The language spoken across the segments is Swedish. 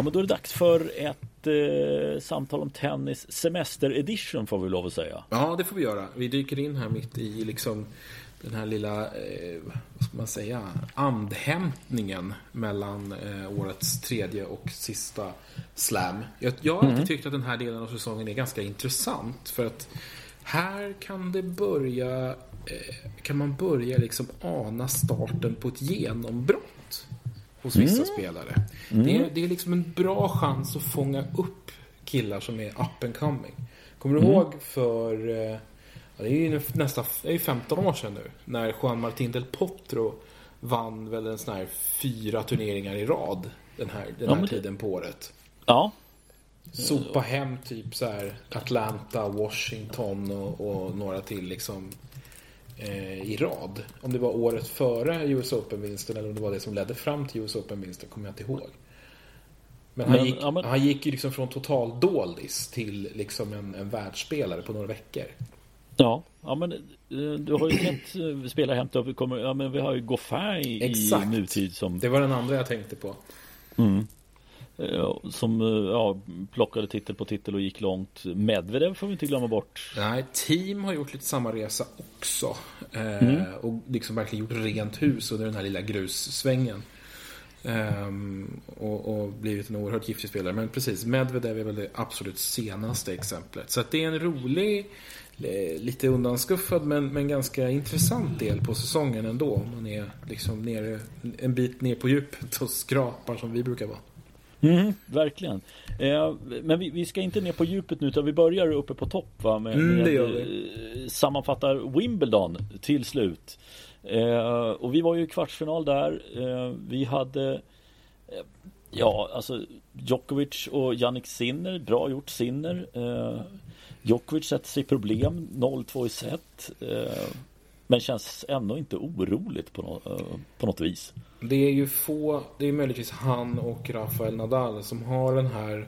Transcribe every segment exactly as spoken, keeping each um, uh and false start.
Ja, men då är det dags för ett eh, samtal om tennis semester edition, får vi lov att säga. Ja, det får vi göra. Vi dyker in här mitt i liksom den här lilla, eh, vad ska man säga, andhämtningen mellan eh, årets tredje och sista slam. Jag, jag har alltid mm. tyckt att den här delen av säsongen är ganska intressant, för att här kan det börja eh, kan man börja liksom ana starten på ett genombrott hos vissa mm. spelare. Mm. Det, är, det är liksom en bra chans att fånga upp killar som är up and coming. Kommer du mm. ihåg för eh, det är ju nästan det är femton år sedan nu, när Juan Martín del Potro vann väl en sån här fyra turneringar i rad den här, den här ja, tiden på året. Ja. Sopa hem typ så här Atlanta, Washington och, och några till liksom eh, i rad. Om det var året före U S Open-vinsten eller om det var det som ledde fram till U S Open-vinsten kommer jag inte ihåg. Men han, men, gick, ja, men... han gick ju liksom från total dålis till liksom en, en världsspelare på några veckor. Ja, ja men du har ju ett spelare hämtat upp. Kommer, ja, men vi har ju Goffin i, i nutid som... Det var den andra jag tänkte på. Mm. Som ja, plockade titel på titel och gick långt. Medvedev får vi inte glömma bort. Nej, Team har gjort lite samma resa också. Eh, mm. Och liksom verkligen gjort rent hus under den här lilla grussvängen. Um, och, och blivit en oerhört giftig spelare. Men precis, Medvedev är väl det absolut senaste exemplet. Så att det är en rolig, lite undanskuffad men, men ganska intressant del på säsongen ändå. Man är liksom nere, en bit ner på djupet och skrapar som vi brukar vara. Mm, verkligen. Eh, men vi, vi ska inte ner på djupet nu, utan vi börjar uppe på topp, va? Med, mm, det gör vi. Eh, sammanfattar Wimbledon till slut. Eh, och vi var ju i kvartsfinal där. Eh, vi hade eh, ja, alltså Djokovic och Jannik Sinner, bra gjort Sinner. Eh, Djokovic sätter sig problem, noll två i set. Eh, men känns ändå inte oroligt på, no- eh, på något vis. Det är ju få, det är möjligtvis han och Rafael Nadal som har den här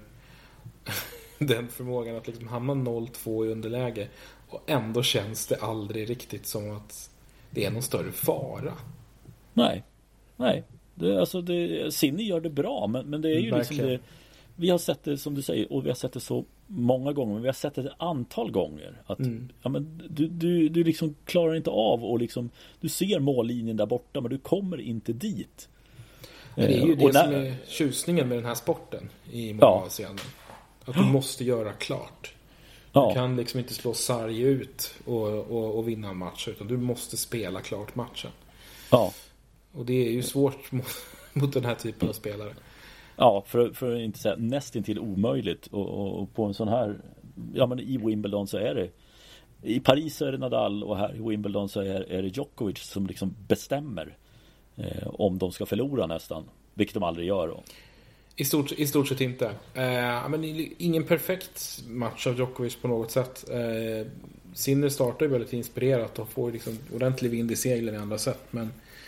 den förmågan att liksom hamna noll två i underläge, och ändå känns det aldrig riktigt som att det är någon större fara. Nej, nej. Det, alltså det, Sinner gör det bra, men, men det är ju verkligen. liksom det, vi har sett det som du säger, och vi har sett det så många gånger, men vi har sett det ett antal gånger att mm. ja, men du, du, du liksom klarar inte av, och liksom, du ser mållinjen där borta, men du kommer inte dit. Men det är ju det och som när, är tjusningen med den här sporten i många ja. avseenden. Att du måste göra klart. Ja. Du kan liksom inte slå sarg ut och, och, och vinna en match, utan du måste spela klart matchen. Ja. Och det är ju svårt mot, mot den här typen av spelare. Ja, för, för att inte säga nästintill omöjligt. Och, och, och på en sån här, ja men i Wimbledon så är det, i Paris så är det Nadal, och här i Wimbledon så är, är det Djokovic som liksom bestämmer eh, om de ska förlora nästan, vilket de aldrig gör då. I stort, I stort sett inte. Eh, men ingen perfekt match av Djokovic på något sätt. Eh, Sinner startar ju väldigt inspirerat och får liksom ordentlig vind i seglen i andra sätt. Men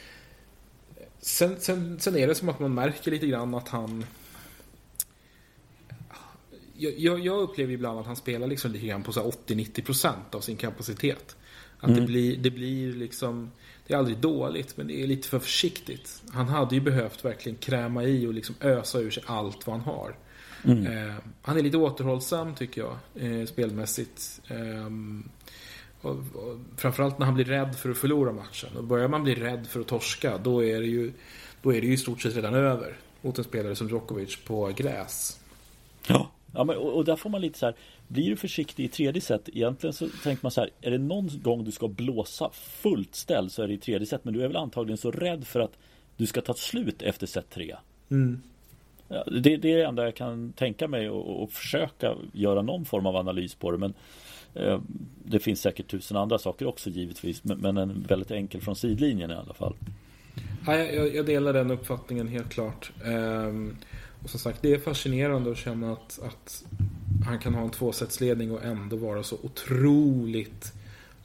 sen, sen, sen är det som att man märker lite grann att han... Jag, jag upplever ibland att han spelar liksom lite grann på så åttio till nittio procent av sin kapacitet. Att mm. det, blir, det blir liksom... Det är aldrig dåligt, men det är lite för försiktigt. Han hade ju behövt verkligen kräma i och liksom ösa ur sig allt vad han har. Mm. Eh, han är lite återhållsam tycker jag, eh, spelmässigt. Eh, och, och framförallt när han blir rädd för att förlora matchen. Och börjar man bli rädd för att torska, då är det ju, då är det ju i stort sett redan över mot en spelare som Djokovic på gräs. Ja, ja men, och, och där får man lite så här, blir du försiktig i tredje set, egentligen så tänker man så här, är det någon gång du ska blåsa fullt ställ så är det i tredje set, men du är väl antagligen så rädd för att du ska ta slut efter set tre. Mm. Ja, det, det är det enda jag kan tänka mig, och, och försöka göra någon form av analys på det, men eh, det finns säkert tusen andra saker också givetvis, men, men en väldigt enkel från sidlinjen i alla fall. Ja, jag, jag delar den uppfattningen helt klart. Um, och som sagt, det är fascinerande att känna att, att han kan ha en tvåsetsledning och ändå vara så otroligt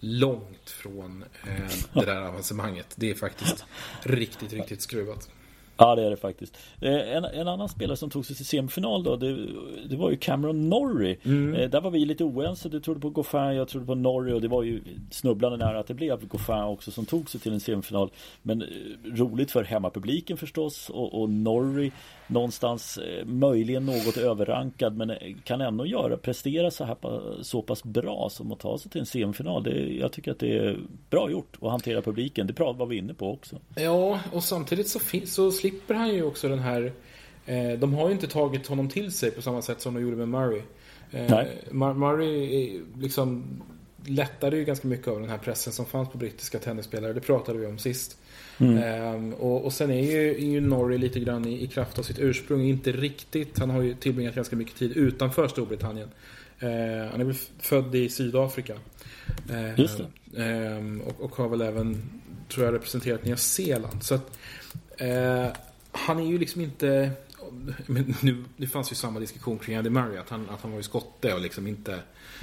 långt från eh, det där avancemanget. Det är faktiskt riktigt, riktigt skruvat. Ja, det är det faktiskt. En, en annan spelare som tog sig till semifinal då, det, det var ju Cameron Norrie. Mm. Där var vi lite oense. Du trodde på Goffin, jag trodde på Norrie, och det var ju snubblande nära att det blev Goffin också som tog sig till en semifinal. Men roligt för hemmapubliken förstås, och, och Norrie någonstans möjligen något överrankad, men kan ändå göra, prestera så här så pass bra som att ta sig till en semifinal. Det, jag tycker att det är bra gjort att hantera publiken. Det var vi inne på också. Ja, och samtidigt så, finns, så slipper han ju också den här eh, de har ju inte tagit honom till sig på samma sätt som de gjorde med Murray. eh, Murray är liksom lättade ju ganska mycket av den här pressen som fanns på brittiska tennisspelare. Det pratade vi om sist. Mm. ehm, och, och sen är ju, är ju Norrie lite grann i, i kraft av sitt ursprung inte riktigt, han har ju tillbringat ganska mycket tid utanför Storbritannien. ehm, han är väl född i Sydafrika. ehm, Just det. Ehm, och, och har väl även, tror jag, representerat Nya Zeeland. Så att eh, han är ju liksom inte, men nu, nu fanns ju samma diskussion kring Andy Murray, att han, att han var ju skotte och liksom inte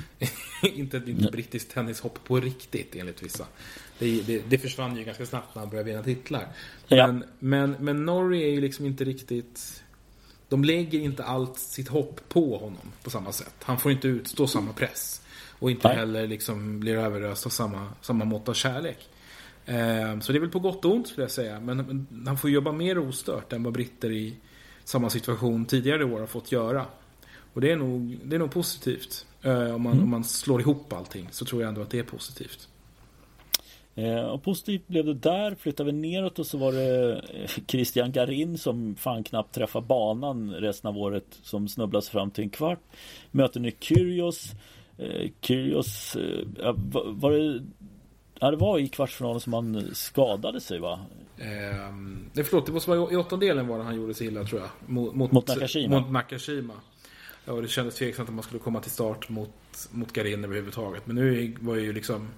inte ett mm. brittiskt tennishopp på riktigt enligt vissa. Det, det, det försvann ju ganska snabbt när han började vinna titlar. Ja. Men, men, men Norrie är ju liksom inte riktigt, de lägger inte allt sitt hopp på honom på samma sätt. Han får inte utstå samma press och inte Nej. heller liksom blir överöst av samma, samma mått av kärlek. Eh, så det är väl på gott och ont skulle jag säga. Men, men han får jobba mer ostört än vad britter i samma situation tidigare år har fått göra. Och det är nog, det är nog positivt. Eh, om, man, mm. om man slår ihop allting så tror jag ändå att det är positivt. Eh, och positivt blev det där. Flyttade vi neråt och så var det Christian Garin som fan knappt träffade banan resten av året, som snubblas fram till en kvart. Möter nu Kyrgios. Eh, Kyrgios eh, var det, ja, det var i kvartsfinalen som han skadade sig, va? Eh, det förlåt, det var i åttondelen var det han gjorde sig illa, tror jag. Mot, mot, mot Nakashima. Mot Nakashima. Ja, och det kändes tveksamt att man skulle komma till start mot, mot Garin överhuvudtaget. Men nu var ju liksom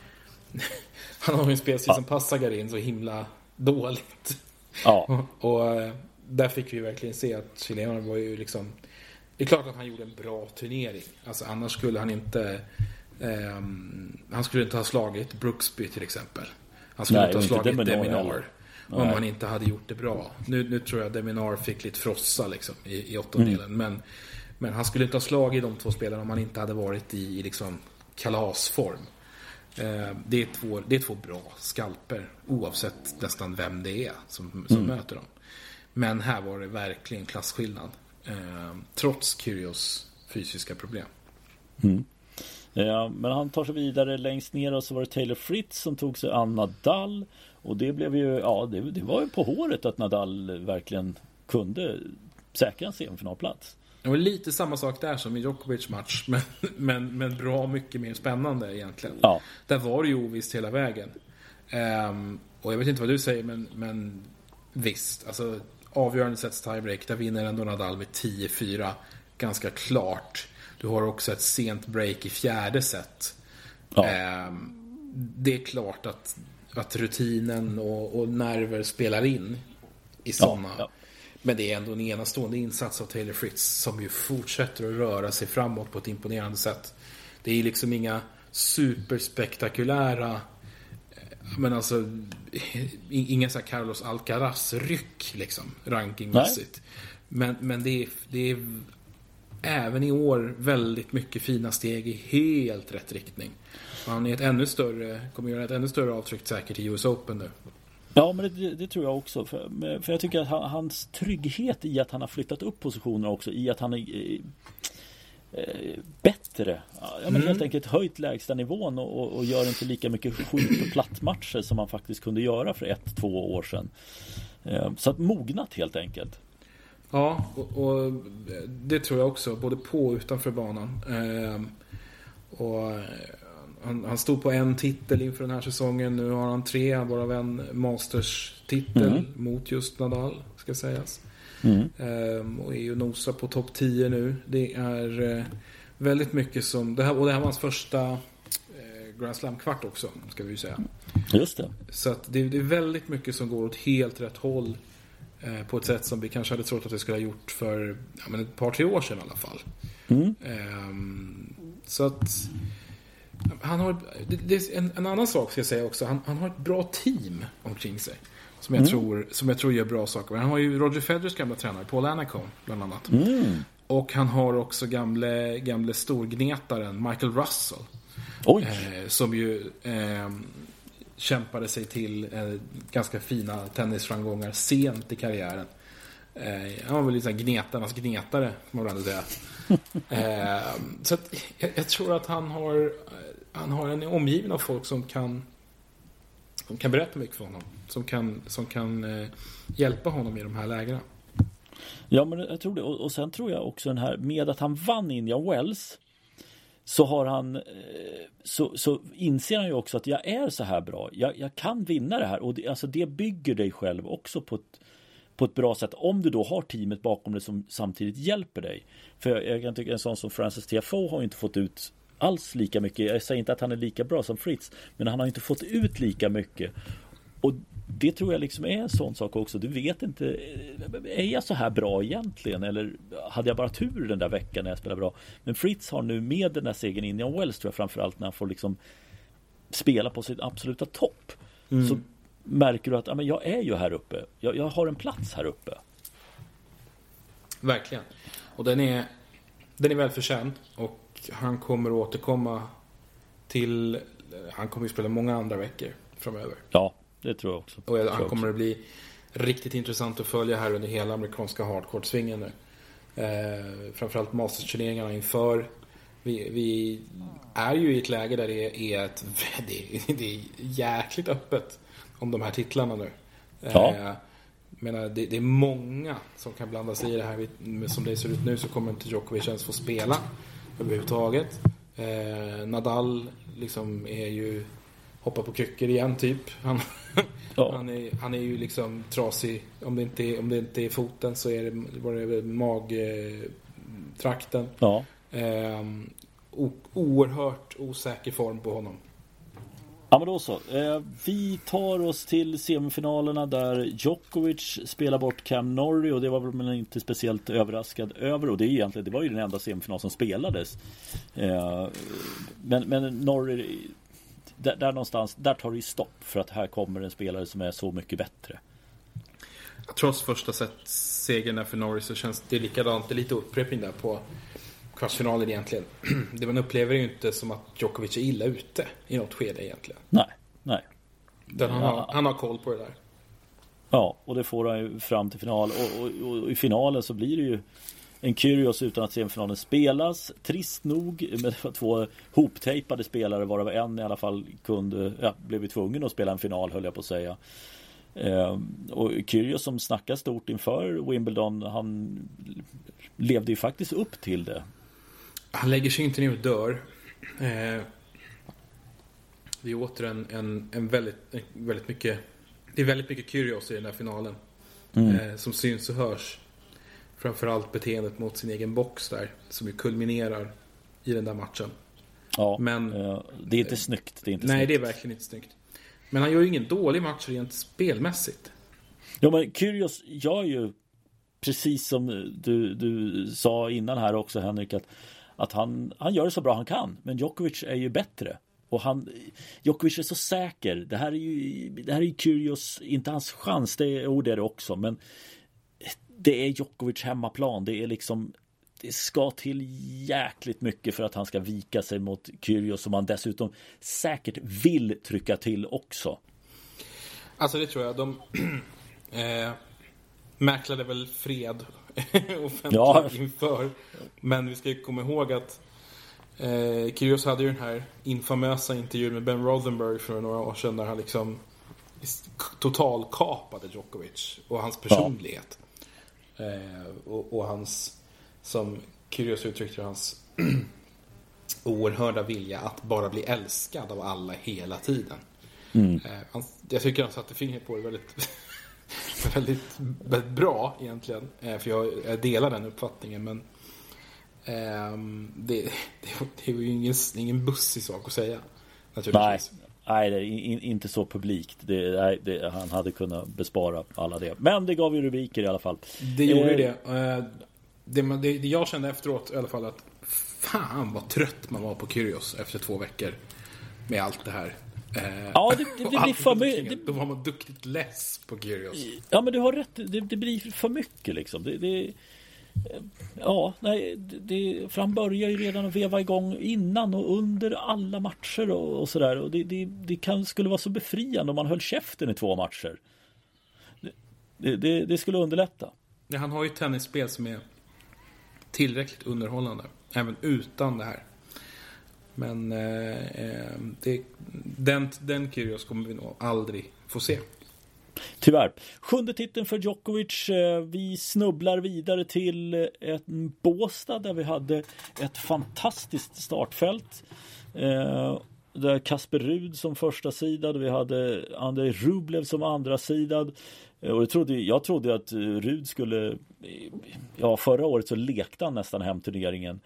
han har ju en spelstil ja. som passar Garin så himla dåligt. Ja. och, och där fick vi verkligen se att chilenaren var ju liksom, det är klart att han gjorde en bra turnering. Alltså annars skulle han inte eh, han skulle inte ha slagit Brooksby till exempel. Han skulle Nej, inte ha slagit Deminar, Deminar om han inte hade gjort det bra. Nu, nu tror jag Deminar fick lite frossa liksom, i, i åttondelen. Mm. Men, men han skulle inte ha slagit de två spelarna om han inte hade varit i, i liksom kalasform. Eh, det, är två, det är två bra skalper oavsett nästan vem det är som, som mm. möter dem. Men här var det verkligen klassskillnad. Eh, trots Kyrgios fysiska problem. Mm. Ja, men han tar sig vidare längst ner, och så var det Taylor Fritz som tog sig an Nadal, och det blev ju, ja det, det var ju på håret att Nadal verkligen kunde säkra en semifinalplats. Det var lite samma sak där som i Djokovic match, men, men, men bra mycket mer spännande egentligen. Ja. Där var det ju ovisst hela vägen. Um, och jag vet inte vad du säger, men, men visst, alltså avgörande sets tiebreak, där vinner ändå Nadal med tio fyra ganska klart. Du har också ett sent break i fjärde set. Ja. Um, det är klart att, att rutinen och, och nerver spelar in i sådana. Ja, ja. Men det är ändå en enastående insats av Taylor Fritz som ju fortsätter att röra sig framåt på ett imponerande sätt. Det är ju liksom inga superspektakulära, men alltså inga så här Carlos Alcaraz-ryck liksom, rankingmässigt. Men, men det, är, det är även i år väldigt mycket fina steg i helt rätt riktning. Och han är ett ännu större, kommer göra ett ännu större avtryck säkert i U S Open nu. Ja, men det, det tror jag också. För, för jag tycker att han, hans trygghet i att han har flyttat upp positioner också, i att han är eh, bättre. Ja, men mm. helt enkelt höjt lägsta nivån och, och, och gör inte lika mycket skit och plattmatcher som man faktiskt kunde göra för ett, två år sedan. Eh, så att mognat helt enkelt. Ja, och, och det tror jag också, både på och utanför banan. Eh, och Han, han stod på en titel inför den här säsongen. Nu har han tre, varav en Masters-titel mm. mot just Nadal, ska sägas. Mm. Ehm, och är ju nosa på topp tio nu. Det är eh, väldigt mycket som... Det här, och det här var hans första eh, Grand Slam-kvart också, ska vi ju säga. Just det. Så att det, det är väldigt mycket som går åt helt rätt håll. Eh, på ett sätt som vi kanske hade trott att det skulle ha gjort för ja, men ett par, tre år sedan i alla fall. Mm. Ehm, så att... Han har, det är en, en annan sak ska jag säga också. Han, han har ett bra team omkring sig. som jag, mm. tror, som jag tror gör bra saker. Han har ju Roger Federers gamla tränare, Paul Annacone, bland annat. Mm. Och han har också gamle, gamle storgnetaren Michael Russell. Oj. Eh, som ju eh, kämpade sig till eh, ganska fina tennisframgångar sent i karriären. Eh, han var väl liksom gnetarnas gnetare, må man säga. eh, så att, jag, jag tror att han har han har en omgivning av folk som kan som kan berätta mycket för honom, som kan, som kan eh, hjälpa honom i de här lägena. Ja, men jag tror det. Och, och sen tror jag också den här med att han vann Indian Wells, så har han eh, så, så inser han ju också att jag är så här bra. Jag, jag kan vinna det här, och det, alltså det bygger dig själv också på ett på ett bra sätt, om du då har teamet bakom dig som samtidigt hjälper dig. För jag, jag kan tycka en sån som Francis T F O har inte fått ut alls lika mycket. Jag säger inte att han är lika bra som Fritz, men han har inte fått ut lika mycket. Och det tror jag liksom är en sån sak också. Du vet inte, är jag så här bra egentligen? Eller hade jag bara tur den där veckan när jag spelade bra? Men Fritz har nu med den där segern i Indian Wells, tror jag, framförallt när han får liksom spela på sin absoluta topp. Mm. Så märker du att ja, men jag är ju här uppe. Jag, jag har en plats här uppe. Verkligen. Och den är, den är välförtjänt. Och han kommer återkomma till... Han kommer ju spela många andra veckor framöver. Ja, det tror jag också. Och han jag kommer också. att bli riktigt intressant att följa här under hela amerikanska hardcourt-svingen nu. Eh, framförallt Masters-turneringarna inför. Vi, vi är ju i ett läge där det är ett... Det är, det är jäkligt öppet om de här titlarna nu. Ja. Eh, menar, det, det är många som kan blanda sig i det här. Som det ser ut nu så kommer inte Djokovic ens få spela överhuvudtaget. Eh, Nadal liksom är ju hoppar på kryckor igen typ. Han, ja. han, är, han är ju liksom trasig. Om det inte är, om det inte är foten så är det, var det magtrakten. Ja. Eh, o, oerhört osäker form på honom. Ja, men då så. Eh, vi tar oss till semifinalerna där Djokovic spelar bort Cam Norrie, och det var man inte speciellt överraskad över, och det är egentligen, det var ju den enda semifinal som spelades. Eh, men, men Norrie, där, där någonstans, där tar det ju stopp, för att här kommer en spelare som är så mycket bättre. Trots första set segern för Norrie så känns det likadant, det är lite upprepning där på kvartsfinalen egentligen. Det man upplever ju inte som att Djokovic är illa ute i något skede egentligen. Nej, nej. Den han, har, han har koll på det där. Ja, och det får han ju fram till final. Och, och, och i finalen så blir det ju en Kyrgios utan att semifinalen spelas. Trist nog, med det var två hoptejpade spelare, varav en i alla fall kunde, ja, blev ju tvungen att spela en final, höll jag på att säga. Eh, och Kyrgios som snackar stort inför Wimbledon, han levde ju faktiskt upp till det. Han lägger sig inte ner och dör. Eh, det är åter en, en, en väldigt, en väldigt mycket, det är väldigt mycket Kyrgios i den här finalen. Mm. Eh, som syns och hörs. Framförallt beteendet mot sin egen box där, som ju kulminerar i den där matchen. Ja, men eh, det är inte snyggt. Det är inte nej, snyggt. det är verkligen inte snyggt. Men han gör ju ingen dålig match rent spelmässigt. Ja, men Kyrgios gör ju precis som du, du sa innan här också, Henrik, att, att han, han gör det så bra han kan. Men Djokovic är ju bättre. Och han, Djokovic är så säker. Det här är ju, det här är ju Kyrgios, inte hans chans, det är, oh, det är det också. Men det är Djokovic hemmaplan. Det är liksom, det ska till jäkligt mycket för att han ska vika sig mot Kyrgios, som han dessutom säkert vill trycka till också. Alltså det tror jag. De eh, mäklade väl fred offentligt ja. inför. Men vi ska ju komma ihåg att eh, Kyrgios hade ju den här infamösa intervjun med Ben Rothenberg för några år sedan, där han liksom totalkapade Djokovic och hans personlighet. Ja. Eh, och, och hans, som Kyrgios uttryckte, hans oerhörda vilja att bara bli älskad av alla hela tiden. Mm. Eh, jag tycker han satte fingret på det väldigt väldigt, väldigt bra egentligen, eh, för jag, jag delar den uppfattningen, men eh, det, det, det är ju ingen, ingen bussig sak att säga naturligtvis. Nej. Nej, det är in, inte så publikt. Det, nej, det, han hade kunnat bespara alla det. Men det gav ju rubriker i alla fall. Det gjorde eh, det. Eh, det, det. Det jag kände efteråt i alla fall, att fan vad trött man var på Kyrgios efter två veckor med allt det här. Eh, Ja, det, det, det blir för mycket. Då var man duktigt less på Kyrgios. Ja, men du har rätt. Det, det blir för mycket liksom. Det, det, ja, nej, det, för han börjar ju redan att veva igång innan och under alla matcher och, och sådär. Och det, det, det kan, skulle vara så befriande om man höll käften i två matcher. Det, det, det skulle underlätta. Ja, han har ju ett tennisspel som är tillräckligt underhållande. Även utan det här. Men eh, det, den, den Kyrgios kommer vi nog aldrig få se. Tyvärr. Sjunde titeln för Djokovic. Vi snubblar vidare till ett Båstad där vi hade ett fantastiskt startfält. Där Kasper Ruud som första sida, vi hade Andrei Rublev som andra sida. Och jag trodde, jag trodde att Ruud skulle, ja, förra året så lekte han nästan hem turneringen.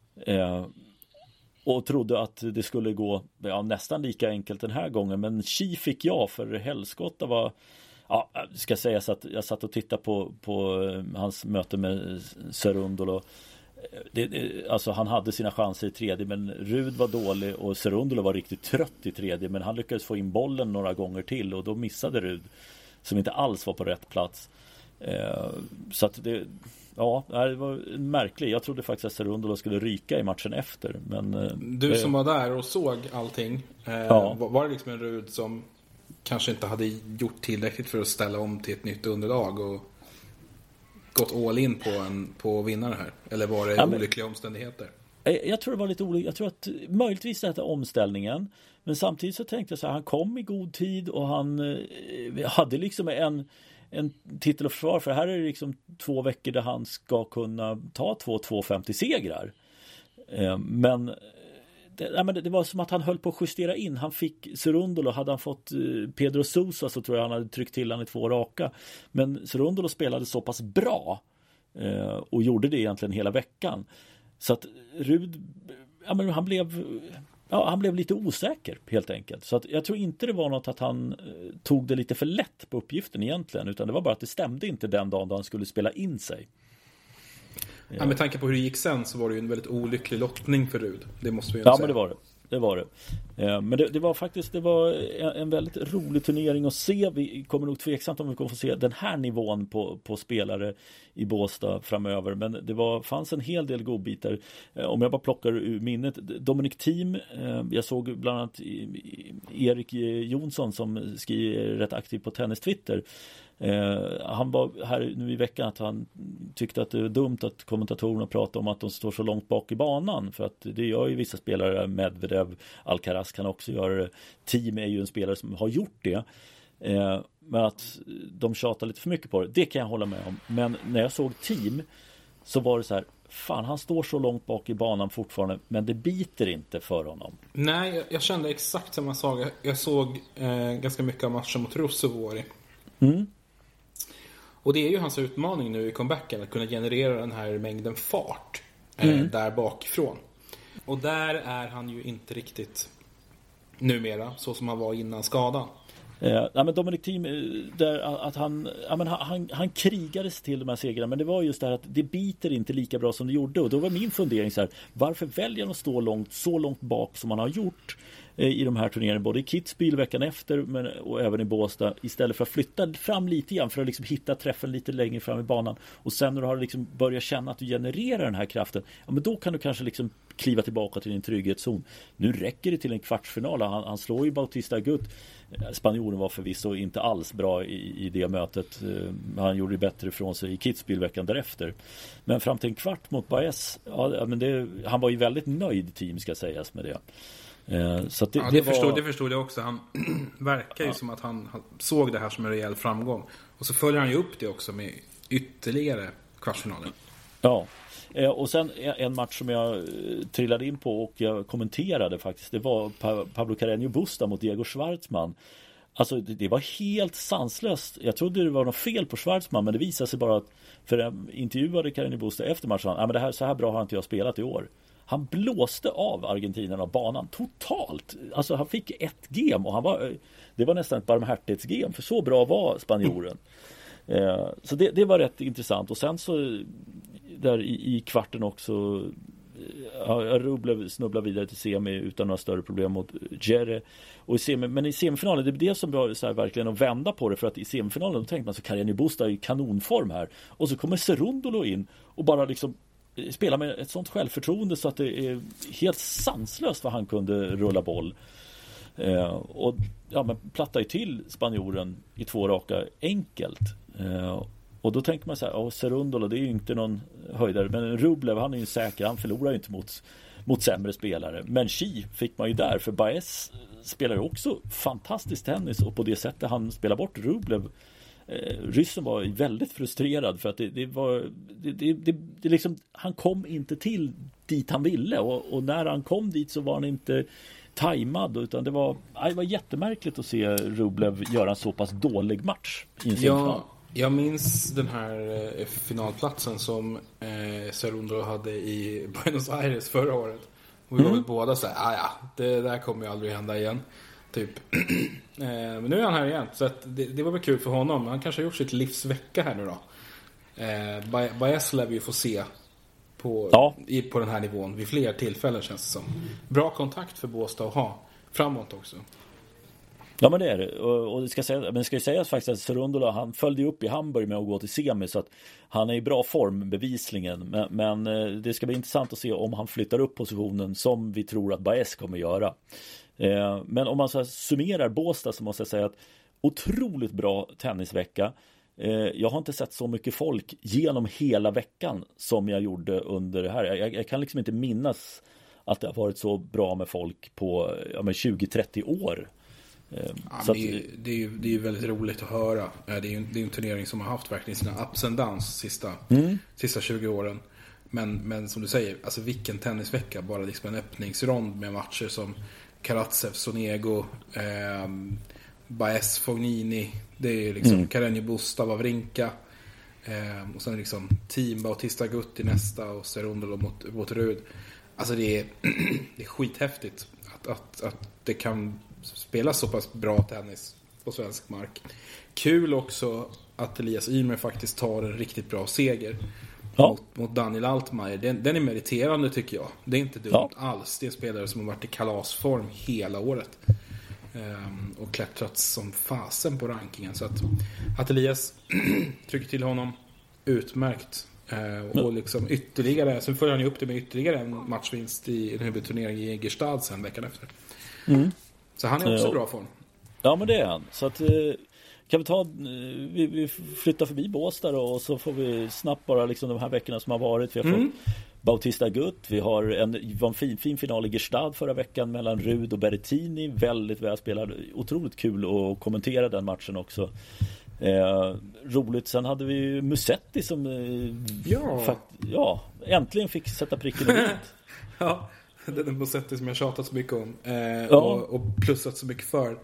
Och trodde att det skulle gå, ja, nästan lika enkelt den här gången. Men Chi fick jag, för helskotta var, ja, ska säga så att jag satt och tittade på, på hans möte med Cerundolo. Det, det, alltså han hade sina chanser i tredje, men Ruud var dålig och Cerundolo var riktigt trött i tredje, men han lyckades få in bollen några gånger till och då missade Ruud, som inte alls var på rätt plats. Eh, så att det, ja, det var märkligt. Jag trodde faktiskt att Cerundolo skulle ryka i matchen efter, men eh, du som var där och såg allting, eh, ja. var, var det liksom en Ruud som kanske inte hade gjort tillräckligt för att ställa om till ett nytt underlag och gått all in på en på vinnare här? Eller var det ja, men, olyckliga omständigheter? Jag tror det var lite olika. Jag tror att möjligtvis det här omställningen, men samtidigt så tänkte jag så här, han kom i god tid och han eh, hade liksom en en titel och försvar, för här är det liksom två veckor där han ska kunna ta två tvåhundrafemtio segrar. Eh, men Det, ja, men det, det var som att han höll på att justera in. Han fick Cerundolo, hade han fått eh, Pedro Sousa så tror jag han hade tryckt till han i två raka. Men Cerundolo spelade så pass bra eh, och gjorde det egentligen hela veckan. Så att Ruud, ja, men han blev ja, han blev lite osäker helt enkelt. Så att jag tror inte det var något att han eh, tog det lite för lätt på uppgiften egentligen, utan det var bara att det stämde inte den dagen då han skulle spela in sig. Ja, med tanke på hur det gick sen så var det ju en väldigt olycklig lottning för Ruud. Det måste vi ju ja, säga. Men det var det. Det var det. Eh, men det, det var faktiskt det var en, en väldigt rolig turnering att se. Vi kommer nog tveksamt om vi kommer få se den här nivån på, på spelare i Båstad framöver. Men det var, fanns en hel del godbitar. Eh, om jag bara plockar ur minnet. Dominic Thiem, eh, jag såg bland annat i, i, Erik Jonsson som skriver rätt aktivt på Tennis Twitter. Eh, han var här nu i veckan att han tyckte att det är dumt att kommentatorerna pratar om att de står så långt bak i banan, för att det gör ju vissa spelare. Medvedev, Alcaraz kan också göra det. Thiem är ju en spelare som har gjort det, eh, men att de tjatar lite för mycket på det, det kan jag hålla med om. Men när jag såg Thiem så var det så här, fan, han står så långt bak i banan fortfarande, men det biter inte för honom. Nej, jag, jag kände exakt samma sak. Jag, jag såg eh, ganska mycket av matchen mot Russovori. Mm. Och det är ju hans utmaning nu i comebacken, att kunna generera den här mängden fart eh, mm. där bakifrån. Och där är han ju inte riktigt numera så som han var innan skadan. Eh, ja, men Dominic Thiem, där att han, ja, men han, han, han krigades till de här segrarna, men det var just det här att det biter inte lika bra som det gjorde. Och då var min fundering så här, varför väljer han att stå långt, så långt bak som han har gjort eh, i de här turneringarna, både i Kitzbühel veckan efter men, och även i Båstad, istället för att flytta fram lite grann för att liksom hitta träffen lite längre fram i banan. Och sen när du har liksom börjat känna att du genererar den här kraften, ja, men då kan du kanske liksom kliva tillbaka till din trygghetszon. Nu räcker det till en kvartsfinal. Han, han slår ju Bautista Agut. Spanjoren var förvisso inte alls bra i, i det mötet. Han gjorde det bättre från sig i Kitzbühel veckan därefter. Men fram till en kvart mot Baez, ja, men det, han var ju väldigt nöjd, Thiem ska sägas med det. Så det, ja, det, det, förstod, var... det förstod jag också. Han verkar ju ja. som att han såg det här som en rejäl framgång. Och så följer han ju upp det också med ytterligare kvartsfinalen. Ja. Och sen en match som jag trillade in på och jag kommenterade faktiskt, det var Pablo Carreño Busta mot Diego Schwartzman. Alltså det, det var helt sanslöst. Jag trodde det var något fel på Schwartzman, men det visade sig bara att, för jag intervjuade Carreño Busta efter matchen, ja, men det här, så här bra har inte jag spelat i år. Han blåste av argentinarna av banan totalt. Alltså han fick ett game och han var, det var nästan ett barmhärtighetsgame, för så bra var spanjoren. Eh, så det, det var rätt intressant. Och sen så där i, i kvarten också ja, Rublev snubblar vidare till semi utan några större problem mot Djere. Och i semi, men i semifinalen, det är det som var så här, verkligen att vända på det, för att i semifinalen då tänkte man så Carreño Busta är i kanonform här, och så kommer Cerundolo in och bara liksom spelar med ett sånt självförtroende så att det är helt sanslöst vad han kunde rulla boll. Eh, och ja, men plattar ju till spanjoren i två raka enkelt. Eh, och då tänker man så här, oh, Cerundolo, det är ju inte någon höjdare, men Rublev, han är ju säker, han förlorar ju inte mot, mot sämre spelare. Men Xi fick man ju där, för Baez spelar ju också fantastisk tennis, och på det sättet han spelar bort Rublev. Eh, ryssen var väldigt frustrerad för att det, det var det, det, det, det liksom, han kom inte till dit han ville, och, och när han kom dit så var han inte tajmad, utan det var, det var jättemärkligt att se Rublev göra en så pass dålig match i en semifinal. Ja, jag minns den här eh, finalplatsen som eh, Cerundolo hade i Buenos Aires förra året, och vi mm. var väl båda så här, ah, ja, det där kommer ju aldrig hända igen typ. eh, men nu är han här igen, så att det, det var väl kul för honom. Han kanske har gjort sitt livsvecka här nu då. eh, Baez lär vi ju få se på, ja. i, på den här nivån vid fler tillfällen, känns det som. Bra kontakt för Båstad att ha framåt också. Ja, men det är det. Och, och det ska säga, men det ska ju sägas faktiskt att Cerundolo, han följde upp i Hamburg med att gå till semi, så att han är i bra form bevisligen. Men, men det ska bli intressant att se om han flyttar upp positionen som vi tror att Baez kommer göra. Eh, men om man så här summerar Båstad, så måste jag säga att otroligt bra tennisvecka. Eh, jag har inte sett så mycket folk genom hela veckan som jag gjorde under det här. Jag, jag kan liksom inte minnas att det har varit så bra med folk på ja, men tjugo trettio år. Ja, så det, är, det, är ju, det är ju väldigt roligt att höra. Det är ju det är en turnering som har haft verkligen sina ups and downs sista, mm. sista tjugo åren. Men, men som du säger, alltså vilken tennisvecka. Bara liksom en öppningsrond med matcher som Karatsev, Sonego, eh, Baez, Fognini. Det är liksom mm. Carreño Busta, Wawrinka. Eh, och sen liksom Thiem, Bautista Agut i nästa, och Cerundolo mot, mot Rud. Alltså det är, det är skithäftigt att, att, att det kan spela så pass bra tennis på svensk mark. Kul också att Elias Ymer faktiskt tar en riktigt bra seger ja. mot, mot Daniel Altmaier. Den, den är meriterande, tycker jag. Det är inte dumt ja. alls. Det är en spelare som har varit i kalasform hela året. Um, och klättrat som fasen på rankingen. Så att, att Elias trycker till honom utmärkt. Uh, och liksom ytterligare, sen följer han ju upp det med ytterligare en matchvinst i en huvudturnering i Egerstad sen veckan efter. Mm. Så han är också i bra form. Ja, men det är han. Så att kan vi ta vi, vi flyttar förbi Båstad då, och så får vi snabbt bara liksom de här veckorna som har varit. Vi har mm. fått Bautista Agut, vi har en, var en fin, fin final i Gestad förra veckan mellan Rud och Berrettini, väldigt välspelad, otroligt kul att kommentera den matchen också. Eh, roligt, sen hade vi Musetti som eh, ja. Fakt, ja, äntligen fick sätta pricken i vitt. Ja, den är Musetti som jag tjatat så mycket om eh, ja. och, och plussat så mycket för.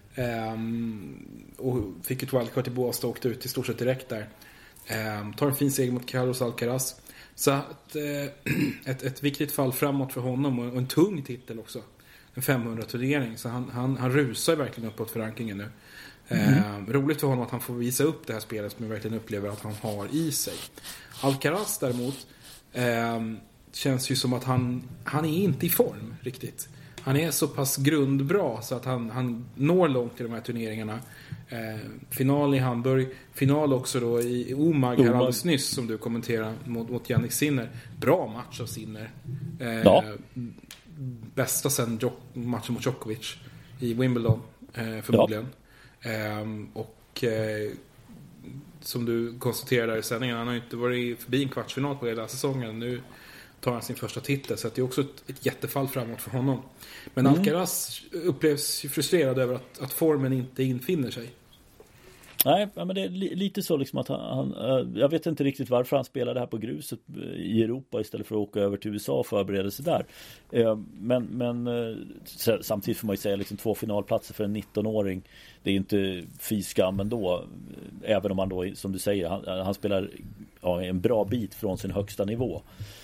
Um, och fick ett wildcard i Båstad och åkte ut i stort sett direkt där. Um, tar en fin seger mot Carlos Alcaraz. Så att, uh, ett, ett viktigt fall framåt för honom, och, och en tung titel också. En femhundra-turnering. Så han, han, han rusar verkligen uppåt för rankingen nu. Mm. Um, roligt för honom att han får visa upp det här spelet som jag verkligen upplever att han har i sig. Alcaraz däremot um, känns ju som att han, han är inte i form riktigt. Han är så pass grundbra så att han, han når långt i de här turneringarna. Eh, final i Hamburg. Final också då i Omag här alldeles nyss, som du kommenterade mot, mot Jannik Sinner. Bra match av Sinner. Eh, ja. Bästa sen jo- matchen mot Djokovic i Wimbledon eh, förmodligen. Ja. Eh, och eh, som du konstaterade i sändningen, han har inte varit förbi en kvartsfinal på hela säsongen. Nu tar han sin första titel, så att det är också ett, ett jättefall framåt för honom. Men mm. Alcaraz upplevs frustrerad över att, att formen inte infinner sig. Nej, men det är li- lite så liksom att han, han jag vet inte riktigt varför han spelar det här på gruset i Europa istället för att åka över till U S A och förbereda sig där. Men, men samtidigt får man ju säga liksom två finalplatser för en nittonåring, det är inte fy skam ändå, även om han då, som du säger, han, han spelar ja, en bra bit från sin högsta nivå.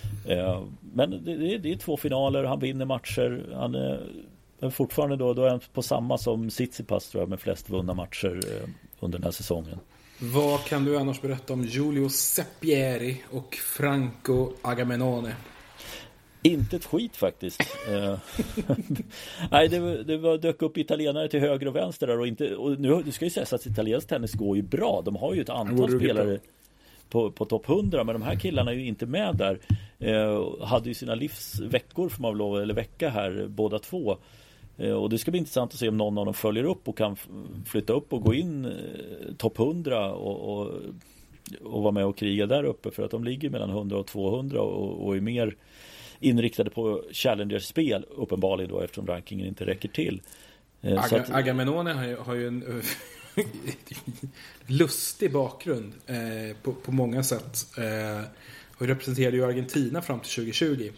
Men det, det, är, det är två finaler, han vinner matcher, han är fortfarande då, då är han på samma som Tsitsipas, tror jag, med flest vunna matcher under den här säsongen. Vad kan du annars berätta om Giulio Seppieri och Franco Agamenone? Inte ett skit faktiskt. Nej, det, det var, dök upp italienare till höger och vänster där och, inte, och nu det ska ju sägas att italiensk tennis går ju bra. De har ju ett antal spelare på, på topp hundra, men de här killarna är ju inte med där. Eh, hade ju sina livsveckor för man lov, eller vecka här båda två. Eh, och det ska bli intressant att se om någon av dem följer upp och kan f- flytta upp och gå in eh, topp hundra och, och, och vara med och kriga där uppe, för att de ligger mellan hundra och tvåhundra och, och är mer inriktade på Challenger-spel uppenbarligen då, eftersom rankingen inte räcker till. Eh, Aga, så att, Agamenone har ju, har ju en lustig bakgrund eh, på, på många sätt. Eh, och representerade ju Argentina fram till tjugo tjugo.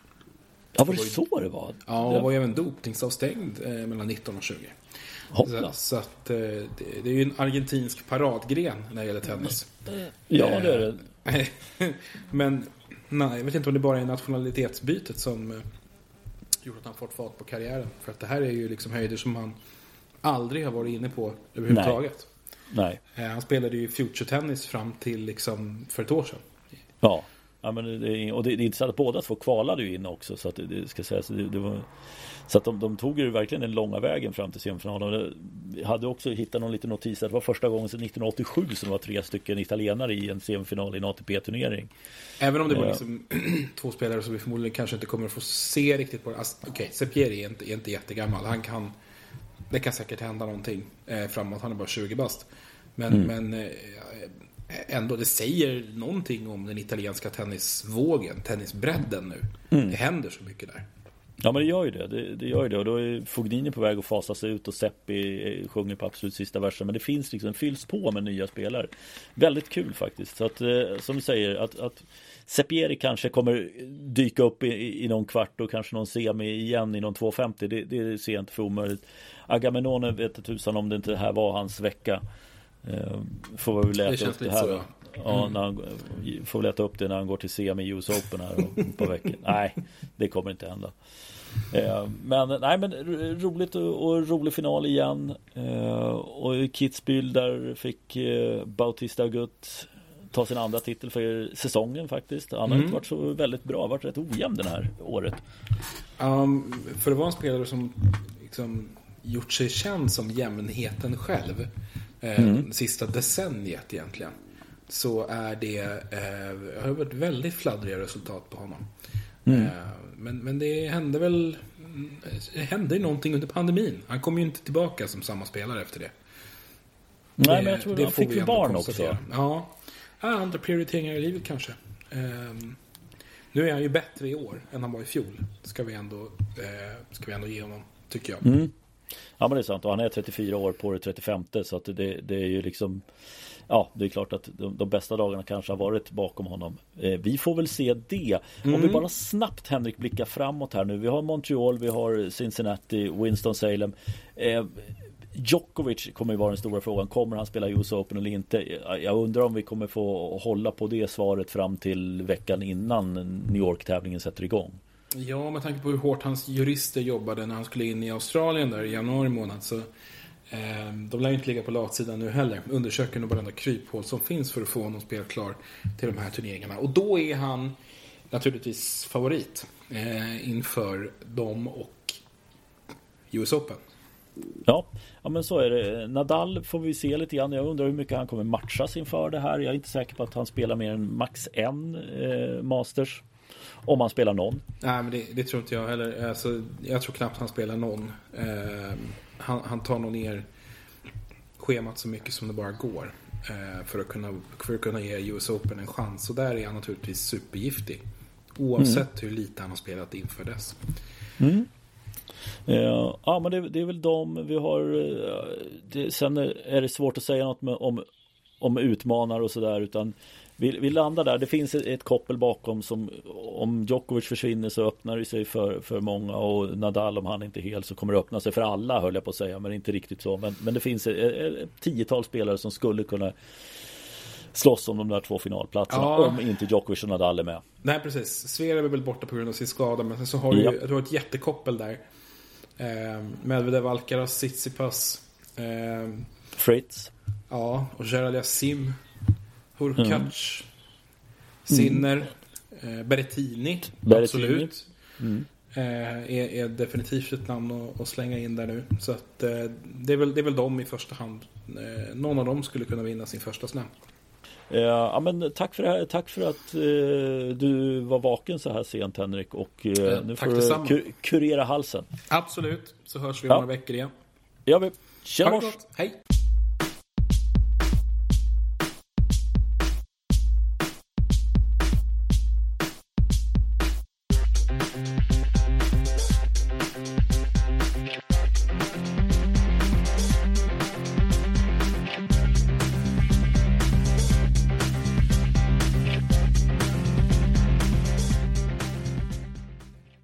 Ja, var det så det var? Ja, och var ju även dopningsavstängd eh, mellan nitton och tjugo. Så, så att eh, det, det är ju en argentinsk paradgren när det gäller tennis. Ja, det är det. Men nej, jag vet inte om det bara är nationalitetsbytet som eh, gjort att han fått fart på karriären. För att det här är ju liksom höjder som han aldrig har varit inne på överhuvudtaget. Nej. Nej. Eh, han spelade ju future-tennis fram till liksom för ett år sedan. Ja. Ja, men det är, och det, det är intressant att båda två kvalade ju in också, så att det, det ska sägas, det, det var, så att de, de tog ju verkligen den långa vägen fram till semifinalen. Jag hade också hittat någon liten notis att det var första gången sedan nittonhundraåttiosju som det var tre stycken italienare i en semifinal i en A T P-turnering. Även om det var liksom två spelare som vi förmodligen kanske inte kommer att få se riktigt på det. Alltså, okej, okay, Seppieri är inte, är inte jättegammal. Han kan, det kan säkert hända någonting eh, framåt. Han är bara tjugo bast. Men, mm. men eh, ändå, det säger någonting om den italienska tennisvågen, tennisbredden nu. Mm. Det händer så mycket där. Ja, men det gör ju det. Det, det gör ju det. Och då är Fognini på väg att fasa sig ut och Seppi sjunger på absolut sista versen. Men det finns liksom, fylls på med nya spelare. Väldigt kul faktiskt. Så att, som du säger, att, att Seppieri kanske kommer dyka upp i, i någon kvart och kanske någon semi igen i någon tvåhundrafemtio. Det, det ser jag inte för omöjligt. Agamenone vet tusan om det inte här var hans vecka. Uh, får vi läsa upp det här så, ja. Ja, mm. när han, får leta upp det när han går till semi i U S Open här på veckan. Nej, det kommer inte hända. Uh, men nej, men roligt och, och rolig final igen. Uh, och i Kitzbühel där fick uh, Bautista Agut ta sin andra titel för säsongen faktiskt. Han har mm. inte varit så väldigt bra, varit rätt ojämn den här året. Um, för det var en spelare som liksom gjort sig känd som jämnheten själv. Mm. Sista decenniet egentligen, så är det eh, har varit väldigt fladdriga resultat på honom. Mm. Eh, men, men det hände väl det hände någonting under pandemin. Han kom ju inte tillbaka som samma spelare efter det. Nej, det, men jag tror det han fick ju barn också. Ja, andra prioriteringar i livet kanske. Eh, nu är han ju bättre i år än han var i fjol. Ska vi ändå, eh, ska vi ändå ge honom, tycker jag. Mm. Ja, men det är sant, och han är trettiofyra år på det trettiofemte, så att det, det är ju liksom, ja, det är klart att de, de bästa dagarna kanske har varit bakom honom. Eh, vi får väl se det. Mm. Om vi bara snabbt, Henrik, blickar framåt här nu. Vi har Montreal, vi har Cincinnati, Winston-Salem. Eh, Djokovic kommer ju vara den stora frågan. Kommer han spela U S Open eller inte? Jag undrar om vi kommer få hålla på det svaret fram till veckan innan New York-tävlingen sätter igång. Ja, med tanke på hur hårt hans jurister jobbade när han skulle in i Australien där i januari månad, så eh, de lär ju inte ligga på latsidan nu heller. Undersöker nog varenda kryphål som finns för att få honom spelklar till de här turneringarna. Och då är han naturligtvis favorit eh, inför dem och U S Open. Ja, ja, men så är det. Nadal får vi se lite grann. Jag undrar hur mycket han kommer matchas inför det här. Jag är inte säker på att han spelar mer än max en eh, Masters. Om han spelar någon. Nej, men det, det tror inte jag heller. Alltså, jag tror knappt han spelar någon. Eh, han, han tar nog ner schemat så mycket som det bara går. Eh, för, att kunna, för att kunna ge U S Open en chans. Och där är han naturligtvis supergiftig. Oavsett mm. hur lite han har spelat inför dess. Mm. Uh, ja, men det, det är väl de vi har. Uh, det, sen är det svårt att säga något med, om, om utmanare och sådär, utan vi, vi landar där. Det finns ett, ett koppel bakom som, om Djokovic försvinner så öppnar det sig för, för många, och Nadal, om han inte är helt, så kommer det öppna sig för alla, höll jag på att säga, men inte riktigt så. Men, men det finns ett, ett tiotal spelare som skulle kunna slåss om de där två finalplatserna, ja. Om inte Djokovic och Nadal är med. Nej, precis. Zverev är väl borta på grund av sin skada, men sen så har du ja. du har ett jättekoppel där. Eh, Medvedev, Alcaraz, Tsitsipas, eh, Fritz. Ja, och Gerald Yassim, Hurkacz, mm. Sinner. Eh, Berrettini, Berrettini. absolut. Mm. Eh, är, är definitivt ett namn att, att slänga in där nu. Så att, eh, det, är väl, det är väl de i första hand. Eh, någon av dem skulle kunna vinna sin första slam. Eh, ja, men tack för det här. Tack för att eh, du var vaken så här sent, Henrik. Och eh, Eh, nu tack får detsamma. du kur- kurera halsen. Absolut, så hörs vi om Ja. några veckor igen. Ja, men tjena Ha det mors! gott, hej!